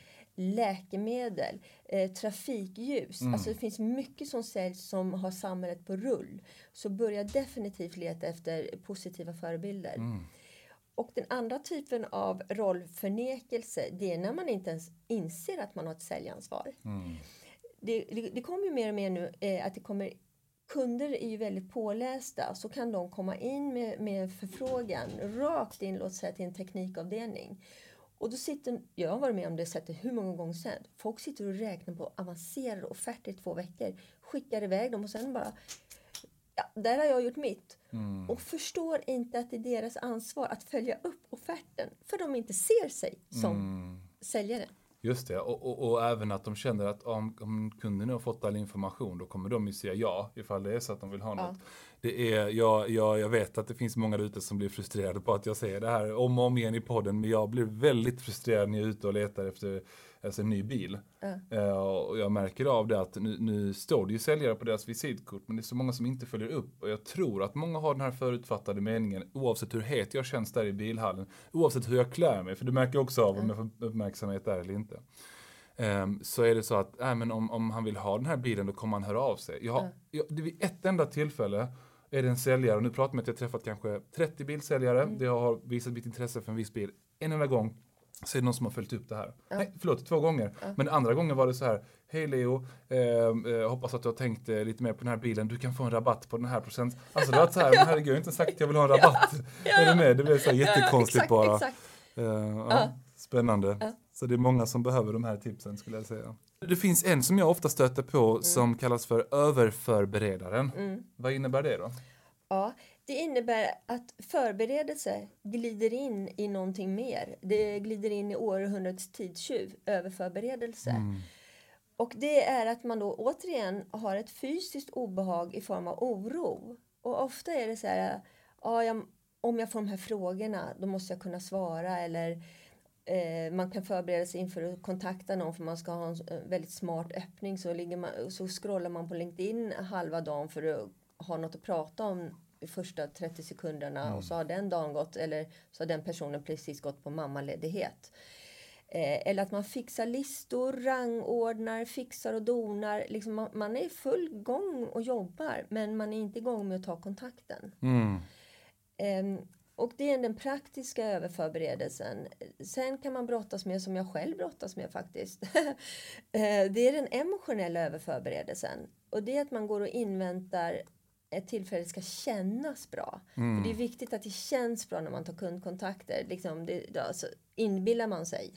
[SPEAKER 2] läkemedel, eh, trafikljus.
[SPEAKER 1] Mm.
[SPEAKER 2] Alltså det finns mycket som säljs som har samhället på rull. Så börja definitivt leta efter positiva förebilder.
[SPEAKER 1] Mm.
[SPEAKER 2] Och den andra typen av rollförnekelse, det är när man inte ens inser att man har ett säljansvar.
[SPEAKER 1] Mm.
[SPEAKER 2] Det, det, det kommer ju mer och mer nu eh, att det kommer, kunder är ju väldigt pålästa, så kan de komma in med, med förfrågan rakt in, låt säga till en teknikavdelning. Och då sitter, jag har varit med om det sättet hur många gånger sedan. Folk sitter och räknar på avancerade offerter i två veckor, skickar iväg dem och sen bara, ja, där har jag gjort mitt.
[SPEAKER 1] Mm.
[SPEAKER 2] Och förstår inte att det är deras ansvar att följa upp offerten. För de inte ser sig som
[SPEAKER 1] Mm.
[SPEAKER 2] säljare.
[SPEAKER 1] Just det, och, och, och även att de känner att om, om kunden nu har fått all information, då kommer de ju säga ja, ifall det är så att de vill ha något. Det är, jag, jag, jag vet att det finns många där ute som blir frustrerade på att jag säger det här om och om igen i podden, men jag blir väldigt frustrerad när jag är ute och letar efter alltså, en ny bil.
[SPEAKER 2] Ja.
[SPEAKER 1] Uh, och jag märker av det att nu, nu står det ju säljare på deras visitkort, men det är så många som inte följer upp. Och jag tror att många har den här förutfattade meningen, oavsett hur het jag känns där i bilhallen, oavsett hur jag klär mig, för du märker också av om jag får uppmärksamhet där eller inte. Um, så är det så att äh, men om, om han vill ha den här bilen, då kommer han höra av sig. Jag har,
[SPEAKER 2] Ja.
[SPEAKER 1] jag, det är vid ett enda tillfälle är det en säljare, och nu pratar vi att jag har träffat kanske trettio bilsäljare,
[SPEAKER 2] Mm.
[SPEAKER 1] det har visat mitt intresse för en viss bil. En enda gång så är det någon som har följt upp det här.
[SPEAKER 2] Ja.
[SPEAKER 1] Nej, förlåt, två gånger.
[SPEAKER 2] Ja.
[SPEAKER 1] Men andra gången var det så här, hej Leo, eh, eh, hoppas att du har tänkt eh, lite mer på den här bilen, du kan få en rabatt på den här procent. Alltså det var så här, men herregud, jag har inte sagt att jag vill ha en rabatt.
[SPEAKER 2] Ja.
[SPEAKER 1] Är du med? Det blev så här jättekonstigt
[SPEAKER 2] exakt,
[SPEAKER 1] bara.
[SPEAKER 2] Exakt.
[SPEAKER 1] Eh, ja,
[SPEAKER 2] Ja.
[SPEAKER 1] Spännande.
[SPEAKER 2] Ja.
[SPEAKER 1] Så det är många som behöver de här tipsen, skulle jag säga. Det finns en som jag ofta stöter på som kallas för överförberedaren.
[SPEAKER 2] Mm.
[SPEAKER 1] Vad innebär det då?
[SPEAKER 2] Ja, Det innebär att förberedelse glider in i någonting mer. Det glider in i århundradets tidstjuv, överförberedelse. Mm. Och det är att man då återigen har ett fysiskt obehag i form av oro. Och ofta är det så här, ja, jag, om jag får de här frågorna, då måste jag kunna svara. Eller eh, man kan förbereda sig inför att kontakta någon för man ska ha en väldigt smart öppning. Så, ligger man, så scrollar man på LinkedIn halva dagen för att ha något att prata om de första trettio sekunderna. Mm. Och så har den dagen gått, eller så har den personen precis gått på mammaledighet. Eh, eller att man fixar listor, rangordnar, fixar och donar. Liksom man, man är i full gång och jobbar, men man är inte igång med att ta kontakten. Mm. Eh, och det är den praktiska överförberedelsen. Sen kan man brottas med, som jag själv brottas med faktiskt. eh, det är den emotionella överförberedelsen. Och det är att man går och inväntar ett tillfälle ska kännas bra. Mm. För det är viktigt att det känns bra när man tar kundkontakter. Liksom det, alltså, inbillar man sig.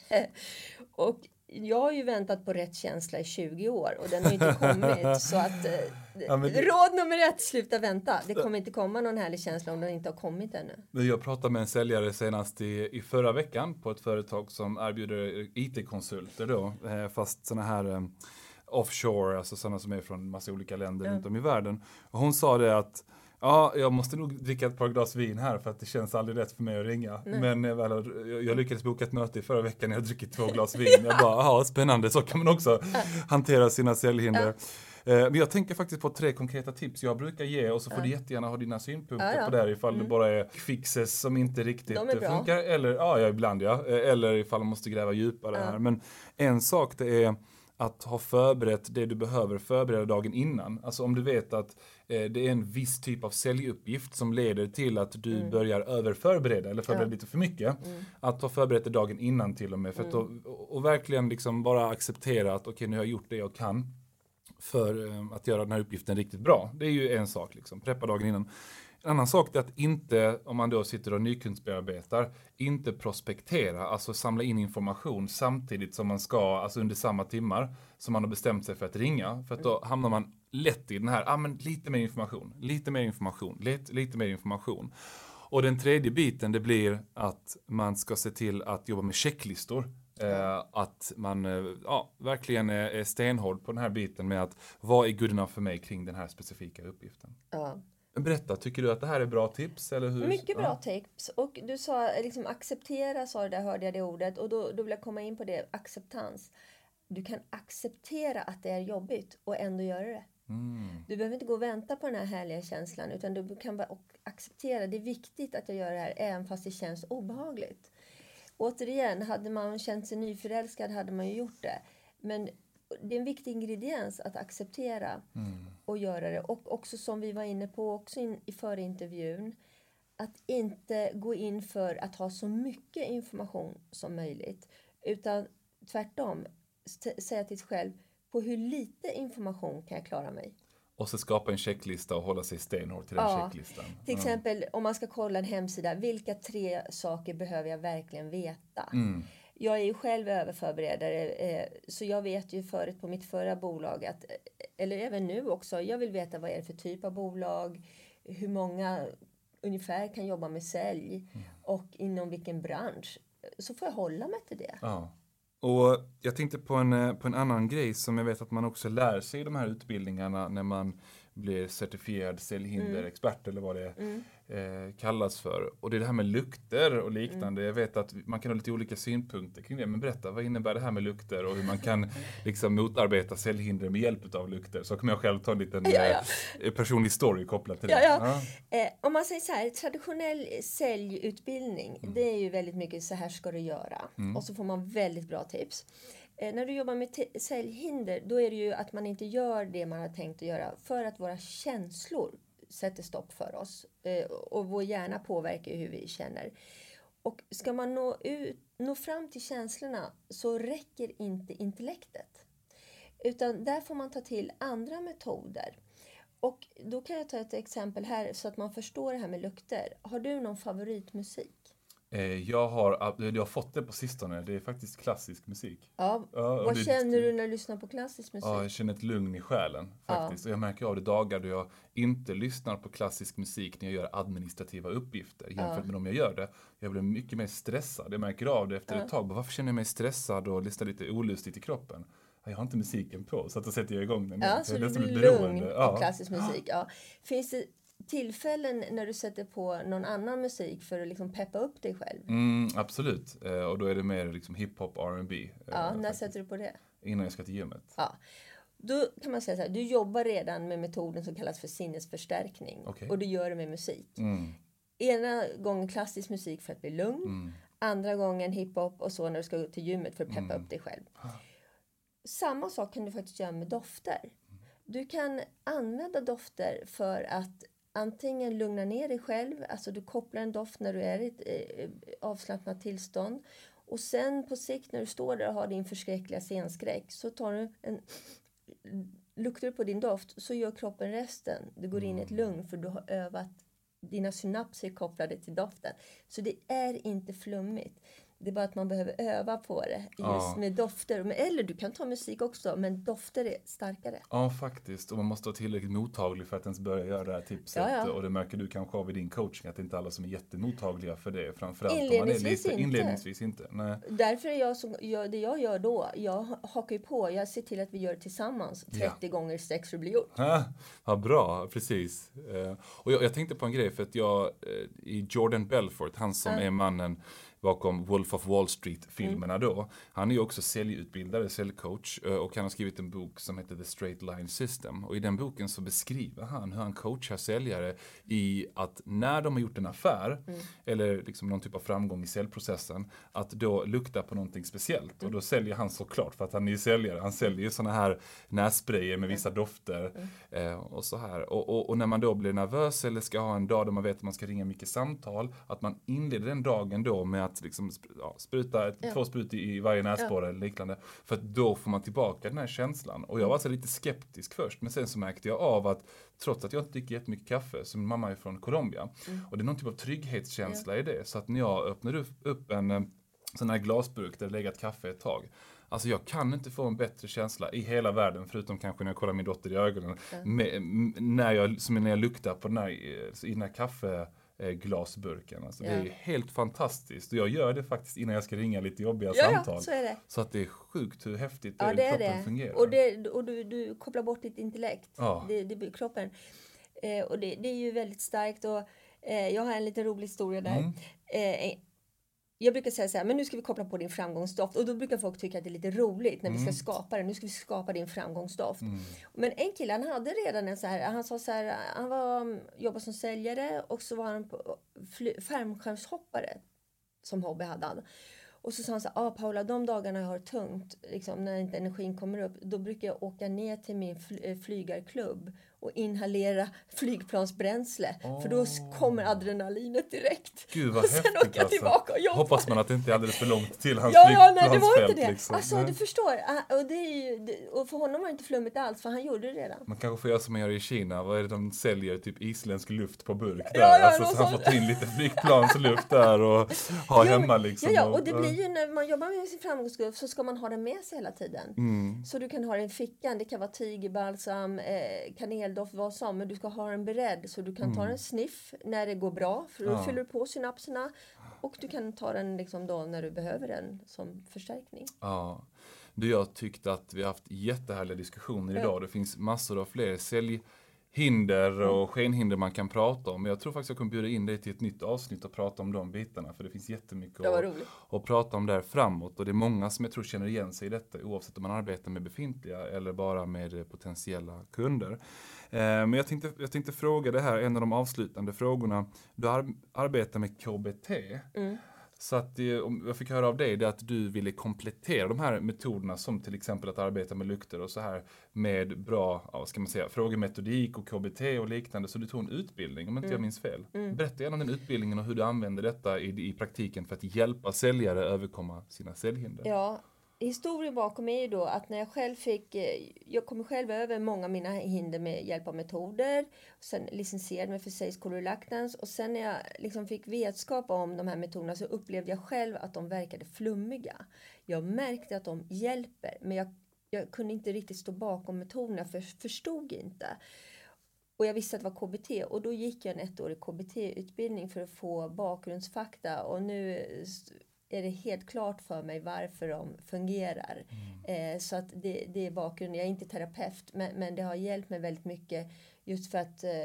[SPEAKER 2] Och jag har ju väntat på rätt känsla i tjugo år och den har inte kommit. Så att eh, ja, det... råd nummer ett, sluta vänta. Det kommer inte komma någon härlig känsla om den inte har kommit ännu.
[SPEAKER 1] Jag pratade med en säljare senast i, i förra veckan på ett företag som erbjuder I T-konsulter då. Eh, fast såna här... Eh, offshore, alltså sådana som är från massa olika länder mm. runt om i världen. Och hon sa det att ja, jag måste nog dricka ett par glas vin här för att det känns aldrig rätt för mig att ringa. Nej. Men jag, jag, jag lyckades boka ett möte i förra veckan när jag druckit två glas vin. Jag bara, ja, spännande. Så kan man också hantera sina säljhinder. Ja. Men jag tänker faktiskt på tre konkreta tips jag brukar ge och så får ja. du jättegärna ha dina synpunkter ja, ja. på det här ifall mm. det bara är fixes som inte riktigt funkar. Eller, ja, ja, ibland ja. Eller ifall man måste gräva djupare ja. här. Men en sak det är att ha förberett det du behöver förbereda dagen innan. Alltså om du vet att eh, det är en viss typ av säljuppgift som leder till att du mm. börjar överförbereda eller förbereda ja. lite för mycket. Mm. Att ha förberett det dagen innan till och med. För mm. att, och, och verkligen liksom bara acceptera att okej, okay, nu har jag gjort det jag kan för eh, att göra den här uppgiften riktigt bra. Det är ju en sak, liksom, preppa dagen innan. En annan sak är att inte, om man då sitter och nykundsbearbetar, inte prospektera, alltså samla in information samtidigt som man ska, alltså under samma timmar som man har bestämt sig för att ringa. För att då hamnar man lätt i den här, ah, men lite mer information, lite mer information, lite, lite mer information. Och den tredje biten det blir att man ska se till att jobba med checklistor. Eh, att man eh, ja, verkligen är, är stenhård på den här biten med att vad är good enough för mig kring den här specifika uppgiften. Ja. Berätta, tycker du att det här är bra tips? Eller hur?
[SPEAKER 2] Mycket bra ja. tips. Och du sa liksom acceptera, sa du där, hörde jag det ordet. Och då, då vill jag komma in på det, acceptans. Du kan acceptera att det är jobbigt och ändå göra det. Mm. Du behöver inte gå och vänta på den här härliga känslan. Utan du kan bara acceptera, det är viktigt att jag gör det här även fast det känns obehagligt. Återigen, hade man känt sig nyförälskad hade man ju gjort det. Men det är en viktig ingrediens att acceptera mm. och göra det. Och också som vi var inne på också in, i förra intervjun. Att inte gå in för att ha så mycket information som möjligt. Utan tvärtom, st- säga till sig själv på hur lite information kan jag klara mig.
[SPEAKER 1] Och så skapa en checklista och hålla sig stenhård till den ja, checklistan.
[SPEAKER 2] Till exempel om man ska kolla en hemsida. Vilka tre saker behöver jag verkligen veta? Mm. Jag är ju själv överförberedare. Eh, så jag vet ju förut på mitt förra bolag. Att, eller även nu också. Jag vill veta vad är det för typ av bolag. Hur många ungefär kan jobba med sälj. Mm. Och inom vilken bransch. Så får jag hålla mig till det.
[SPEAKER 1] Ja. Och jag tänkte på en, på en annan grej som jag vet att man också lär sig i de här utbildningarna när man blir certifierad säljhinderexpert mm. eller vad det mm. eh, kallas för. Och det är det här med lukter och liknande. Mm. Jag vet att man kan ha lite olika synpunkter kring det. Men berätta, vad innebär det här med lukter och hur man kan liksom motarbeta säljhinder med hjälp av lukter? Så kommer jag själv ta en liten ja, ja. Eh, personlig story kopplat till
[SPEAKER 2] ja,
[SPEAKER 1] det.
[SPEAKER 2] Ja. Ja. Eh, om man säger så här, traditionell säljutbildning, mm. det är ju väldigt mycket så här ska du göra. Mm. Och så får man väldigt bra tips. Eh, när du jobbar med te- säljhinder, då är det ju att man inte gör det man har tänkt att göra för att våra känslor sätter stopp för oss. Eh, och vår hjärna påverkar hur vi känner. Och ska man nå, ut, nå fram till känslorna så räcker inte intellektet. Utan där får man ta till andra metoder. Och då kan jag ta ett exempel här så att man förstår det här med lukter. Har du någon favoritmusik?
[SPEAKER 1] Eh, jag, har, jag har fått det på sistone. Det är faktiskt klassisk musik.
[SPEAKER 2] Ja,
[SPEAKER 1] Ja,
[SPEAKER 2] vad
[SPEAKER 1] det,
[SPEAKER 2] känner du när du lyssnar på klassisk musik?
[SPEAKER 1] Ja, jag känner ett lugn i själen faktiskt. Ja. Och jag märker av det dagar då jag inte lyssnar på klassisk musik när jag gör administrativa uppgifter jämfört ja. med om jag gör det. Jag blir mycket mer stressad. Jag märker av det efter ja. ett tag. Varför känner jag mig stressad och lyssnar lite olustigt i kroppen? Jag har inte musiken på, så att då sätter jag igång den.
[SPEAKER 2] Ja, så, så du blir lugn av klassisk musik. Ja. Finns det tillfällen när du sätter på någon annan musik för att liksom peppa upp dig själv?
[SPEAKER 1] Mm, absolut. Eh, och då är det mer liksom hiphop, R and B.
[SPEAKER 2] Ja, eh, när faktiskt. Sätter du på det?
[SPEAKER 1] Innan jag ska till gymmet.
[SPEAKER 2] Ja. Då kan man säga så här, du jobbar redan med metoden som kallas för sinnesförstärkning. Okay. Och du gör det med musik. Mm. Ena gången klassisk musik för att bli lugn. Mm. Andra gången hiphop och så när du ska gå till gymmet för att peppa mm. upp dig själv. Samma sak kan du faktiskt göra med dofter. Du kan använda dofter för att antingen lugna ner dig själv. Alltså du kopplar en doft när du är i ett eh, avslappnat tillstånd. Och sen på sikt när du står där och har din förskräckliga scenskräck. Så tar du en, luktar du på din doft så gör kroppen resten. Du går in i ett lugn för du har övat. Dina synapser kopplade till doften. Så det är inte flummigt. Det är bara att man behöver öva på det. Just ja. med dofter. Eller du kan ta musik också. Men dofter är starkare.
[SPEAKER 1] Ja, faktiskt. Och man måste vara tillräckligt mottaglig för att ens börja göra det här tipset. Ja, ja. Och det märker du kanske av i din coaching. Att det inte är alla som är jättemottagliga för det. Framförallt
[SPEAKER 2] inledningsvis,
[SPEAKER 1] om man är lite,
[SPEAKER 2] inte.
[SPEAKER 1] inledningsvis inte. Nej.
[SPEAKER 2] Därför är jag som, jag, det jag gör då. Jag hakar ju på. Jag ser till att vi gör det tillsammans. trettio ja. gånger sex för att bli gjort.
[SPEAKER 1] Ja, ja bra. Precis. Och jag, jag tänkte på en grej. För att jag, i Jordan Belfort, han som ja. är mannen bakom Wolf of Wall Street-filmerna mm. då. Han är ju också säljutbildare, säljcoach. Och han har skrivit en bok som heter The Straight Line System. Och i den boken så beskriver han hur han coachar säljare i att när de har gjort en affär mm. eller liksom någon typ av framgång i säljprocessen, att då lukta på någonting speciellt. Mm. Och då säljer han såklart, för att han är ju säljare. Han säljer ju såna här nässprayer med vissa mm. dofter mm. Eh, och så här. Och, och, och när man då blir nervös eller ska ha en dag där man vet att man ska ringa mycket samtal, att man inleder den dagen då med att liksom, ja, spruta ett, ja. två sprut i varje näsborre ja. eller liknande. För att då får man tillbaka den här känslan. Och jag var så lite skeptisk först. Men sen så märkte jag av att trots att jag inte dricker jättemycket kaffe, så min mamma är från Colombia. Mm. Och det är någon typ av trygghetskänsla ja. i det. Så att när jag öppnar upp en sån här glasburk där det legat kaffe ett tag. Alltså jag kan inte få en bättre känsla i hela världen, förutom kanske när jag kollar min dotter i ögonen. Mm. Med, när jag, som när jag luktar på den här, i den här kaffe... glasburken. Alltså, ja. Det är helt fantastiskt. Och jag gör det faktiskt innan jag ska ringa lite jobbiga ja, samtal.
[SPEAKER 2] Ja, så är det.
[SPEAKER 1] Så att det är sjukt hur häftigt
[SPEAKER 2] ja,
[SPEAKER 1] det
[SPEAKER 2] är
[SPEAKER 1] kroppen
[SPEAKER 2] det.
[SPEAKER 1] fungerar.
[SPEAKER 2] Och, det, och du, du kopplar bort ditt intellekt.
[SPEAKER 1] Ja.
[SPEAKER 2] Det, det blir kroppen. Eh, och det, det är ju väldigt starkt. Och, eh, jag har en lite rolig historia där. Mm. Eh, Jag brukar säga så här, men nu ska vi koppla på din framgångsdoft. Och då brukar folk tycka att det är lite roligt när mm. vi ska skapa det. Nu ska vi skapa din framgångsdoft. Mm. Men en kille, han hade redan en så här, han sa så här, han var, jobbade som säljare och så var han på fly, fallskärmshoppare som hobby hade han. Och så sa han så här, ah, Paula, de dagarna jag har tungt, liksom, när inte energin kommer upp, då brukar jag åka ner till min fly, flygarklubb och inhalera flygplansbränsle. Oh. För då kommer adrenalinet direkt.
[SPEAKER 1] Gud vad
[SPEAKER 2] och sen
[SPEAKER 1] häftigt,
[SPEAKER 2] åker jag tillbaka och jobbar.
[SPEAKER 1] Hoppas man att det inte är alldeles för långt till hans
[SPEAKER 2] ja,
[SPEAKER 1] flygplansfält.
[SPEAKER 2] Ja, nej, det var inte det.
[SPEAKER 1] Liksom.
[SPEAKER 2] Alltså, nej. Du förstår. Och, det är ju, och för honom var det inte flummigt alls, för han gjorde det redan.
[SPEAKER 1] Man kanske får göra som man gör i Kina. Vad är det de säljer? Typ isländsk luft på burk där.
[SPEAKER 2] Ja, ja,
[SPEAKER 1] alltså, så han får ta in lite flygplansluft där och ha
[SPEAKER 2] jo,
[SPEAKER 1] hemma liksom.
[SPEAKER 2] Ja, ja, och det blir ju när man jobbar med sin framgångsgrupp så ska man ha den med sig hela tiden. Mm. Så du kan ha den i fickan. Det kan vara tigerbalsam, eh, kaneldoft, vad som. Men du ska ha den beredd så du kan mm. ta en sniff när det går bra. För då ja. fyller du på synapserna. Och du kan ta den liksom då när du behöver den som förstärkning.
[SPEAKER 1] Ja. Du, jag tyckte att vi har haft jättehärliga diskussioner idag. Ja. Det finns massor av fler säljhinder och skenhinder man kan prata om. Men jag tror faktiskt jag kommer bjuda in dig till ett nytt avsnitt och prata om de bitarna. För det finns jättemycket att, att prata om där framåt. Och det är många som jag tror känner igen sig i detta. Oavsett om man arbetar med befintliga eller bara med potentiella kunder. Men jag tänkte, jag tänkte fråga det här, en av de avslutande frågorna. Du ar- arbetar med K B T. Mm. Så att om jag fick höra av dig det att du ville komplettera de här metoderna som till exempel att arbeta med lukter och så här med bra, ja, vad ska man säga, frågemetodik och K B T och liknande. Så du tog en utbildning om inte mm. jag minns fel. Mm. Berätta gärna om den utbildningen och hur du använder detta i, i praktiken för att hjälpa säljare överkomma sina säljhinder.
[SPEAKER 2] Ja, historien bakom är ju då att när jag själv fick, jag kom själv över många av mina hinder med hjälp av metoder. Sen licensierade mig för Sales Reluctance. Och sen när jag liksom fick vetskap om de här metoderna så upplevde jag själv att de verkade flummiga. Jag märkte att de hjälper, men jag, jag kunde inte riktigt stå bakom metoderna för jag förstod inte. Och jag visste att det var K B T och då gick jag en ettårig K B T-utbildning för att få bakgrundsfakta. Och nu är det helt klart för mig varför de fungerar. Mm. Eh, så att det, det är bakgrunden. Jag är inte terapeut, men, men det har hjälpt mig väldigt mycket just för att eh,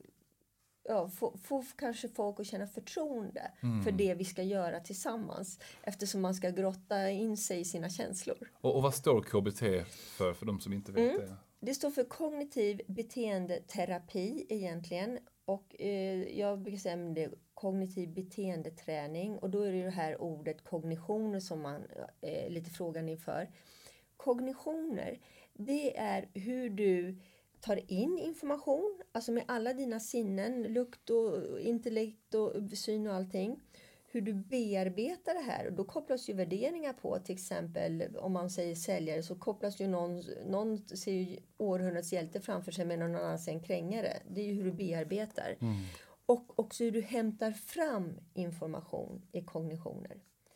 [SPEAKER 2] ja, få, få kanske folk att känna förtroende mm. för det vi ska göra tillsammans. Eftersom man ska grotta in sig i sina känslor.
[SPEAKER 1] Och, och vad står K B T för, för de som inte vet mm. det?
[SPEAKER 2] Det står för kognitiv beteendeterapi egentligen. Och eh, jag brukar säga att det är kognitiv beteendeträning. Och då är det det här ordet kognitioner som man är eh, lite frågan inför. Kognitioner, det är hur du tar in information. Alltså med alla dina sinnen, lukt och intellekt och syn och allting. Hur du bearbetar det här. Och då kopplas ju värderingar på. Till exempel om man säger säljare så kopplas ju någon, någon ser ju århundradets hjälte framför sig med någon annan ser en krängare. Det är ju hur du bearbetar. Mm. Och också hur du hämtar fram information i kognitioner.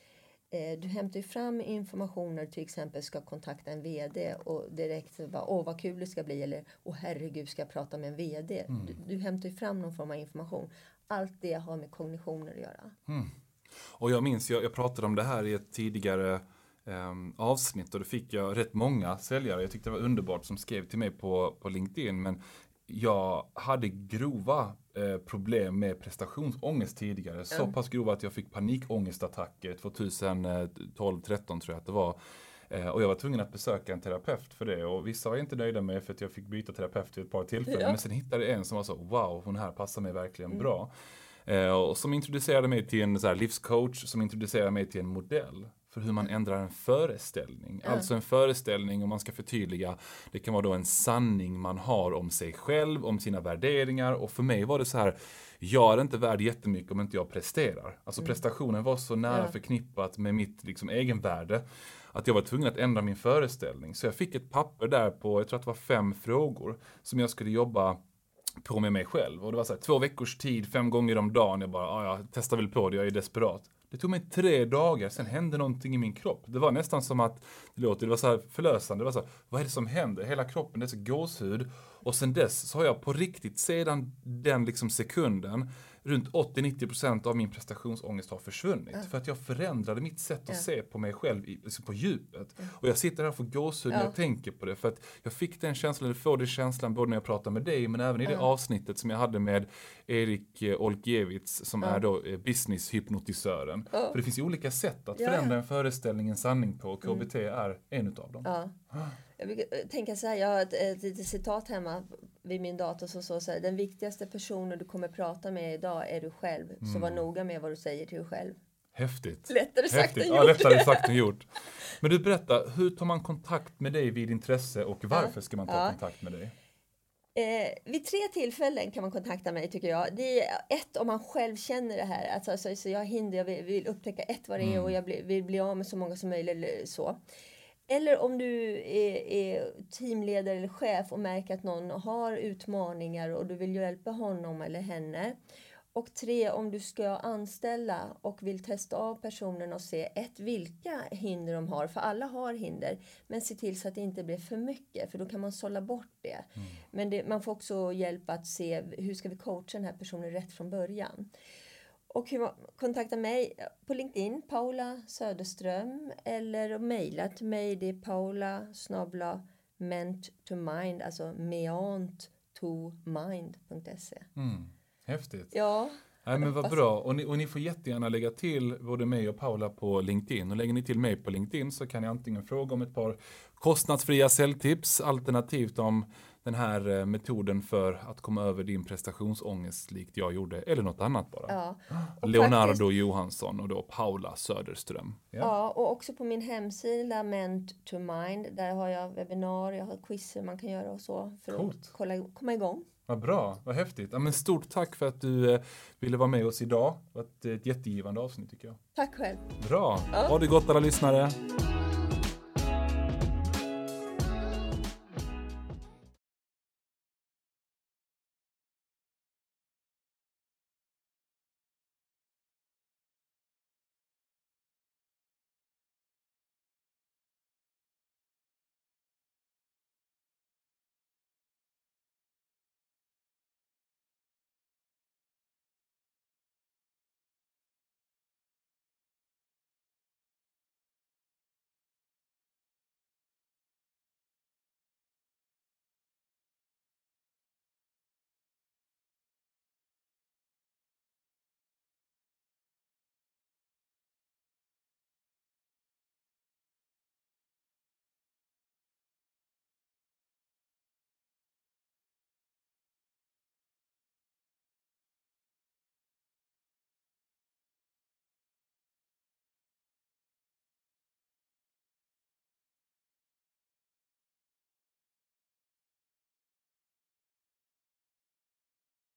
[SPEAKER 2] Eh, du hämtar ju fram information när du till exempel ska kontakta en vd och direkt bara, åh vad kul det ska bli. Eller, åh herregud ska jag prata med en vd. Mm. Du, du hämtar ju fram någon form av information. Allt det har med kognitioner att göra.
[SPEAKER 1] Mm. Och jag minns, jag, jag pratade om det här i ett tidigare eh, avsnitt och då fick jag rätt många säljare. Jag tyckte det var underbart som skrev till mig på, på LinkedIn. Men jag hade grova eh, problem med prestationsångest tidigare. Mm. Så pass grova att jag fick panikångestattacker tjugohundratolv tretton tror jag att det var. Eh, och jag var tvungen att besöka en terapeut för det. Och vissa var inte nöjda med för att jag fick byta terapeut vid ett par tillfällen. Ja. Men sen hittade jag en som var så, wow, hon här passar mig verkligen mm. bra. Eh, och som introducerade mig till en så här, livscoach som introducerade mig till en modell för hur man ändrar en föreställning. Mm. Alltså en föreställning, om man ska förtydliga, det kan vara då en sanning man har om sig själv, om sina värderingar. Och för mig var det så här, jag är inte värd jättemycket om inte jag presterar. Alltså mm. prestationen var så nära mm. förknippat med mitt liksom, egenvärde att jag var tvungen att ändra min föreställning. Så jag fick ett papper där på, jag tror att det var fem frågor som jag skulle jobba på med mig själv. Och det var så här, två veckors tid, fem gånger om dagen. Jag bara, ah, jag testar väl på det, jag är desperat. Det tog mig tre dagar, sen hände någonting i min kropp. Det var nästan som att, det låter, det var så här förlösande. Det var så här, vad är det som händer? Hela kroppen, det är så gåshud. Och sen dess så har jag på riktigt, sedan den liksom sekunden, runt åttio till nittio procent av min prestationsångest har försvunnit. Mm. För att jag förändrade mitt sätt att mm. se på mig själv i, liksom på djupet. Mm. Och jag sitter här och får gåshud när mm. jag tänker på det. För att jag fick den känslan, eller får den känslan både när jag pratar med dig men även i det mm. avsnittet som jag hade med Erik Olkiewicz som mm. är då business-hypnotisören. Mm. För det finns ju olika sätt att förändra en föreställning, en sanning på. Och K B T mm. är en utav dem.
[SPEAKER 2] Ja. Jag brukar tänka så här, jag har ett, ett litet citat hemma vid min dator som så, så här, den viktigaste personen du kommer prata med idag är du själv. Mm. Så var noga med vad du säger till dig själv.
[SPEAKER 1] Häftigt.
[SPEAKER 2] Lättare sagt
[SPEAKER 1] Häftigt.
[SPEAKER 2] än gjort.
[SPEAKER 1] Ja, lättare sagt än gjort. Men du, berätta, hur tar man kontakt med dig vid intresse och varför ska man ta ja. kontakt med dig?
[SPEAKER 2] Eh, vid tre tillfällen kan man kontakta mig tycker jag. Det är ett om man själv känner det här. Alltså, alltså, så jag har hinder, jag vill, vill upptäcka ett vad det är mm. och jag vill, vill bli av med så många som möjligt eller så. Eller om du är, är teamledare eller chef och märker att någon har utmaningar och du vill hjälpa honom eller henne. Och tre, om du ska anställa och vill testa av personen och se ett, vilka hinder de har. För alla har hinder, men se till så att det inte blir för mycket. För då kan man sålla bort det. Mm. Men det, man får också hjälp att se hur ska vi coacha den här personen rätt från början. Och hur man kontaktar mig på LinkedIn, Paula Söderström. Eller mejla till mig, det är paula snabel-a ment to mind, alltså meant to mind punkt se.
[SPEAKER 1] Mm. Häftigt.
[SPEAKER 2] Ja.
[SPEAKER 1] Nej, men vad bra. Och ni, och ni får jättegärna lägga till både mig och Paula på LinkedIn. Och lägger ni till mig på LinkedIn så kan ni antingen fråga om ett par kostnadsfria säljtips, alternativt om den här metoden för att komma över din prestationsångest likt jag gjorde, eller något annat bara.
[SPEAKER 2] Ja.
[SPEAKER 1] Leonardo faktiskt, Johansson och då Paula Söderström.
[SPEAKER 2] Ja. ja, och också på min hemsida Ment to Mind, där har jag webbinarier, jag har quizzer man kan göra och så för Coolt. att kolla, komma igång.
[SPEAKER 1] Vad bra, vad häftigt. Ja, men stort tack för att du eh, ville vara med oss idag. Det var ett, ett jättegivande avsnitt tycker jag.
[SPEAKER 2] Tack själv.
[SPEAKER 1] Bra, ja. Ha det gott alla lyssnare.